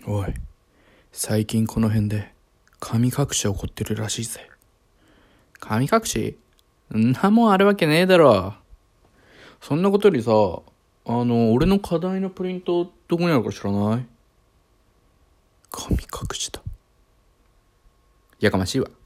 おい、最近この辺で神隠し起こってるらしいぜ。神隠し？んなもんあるわけねえだろ。そんなことよりさ、俺の課題のプリントどこにあるか知らない？神隠しだ。やかましいわ。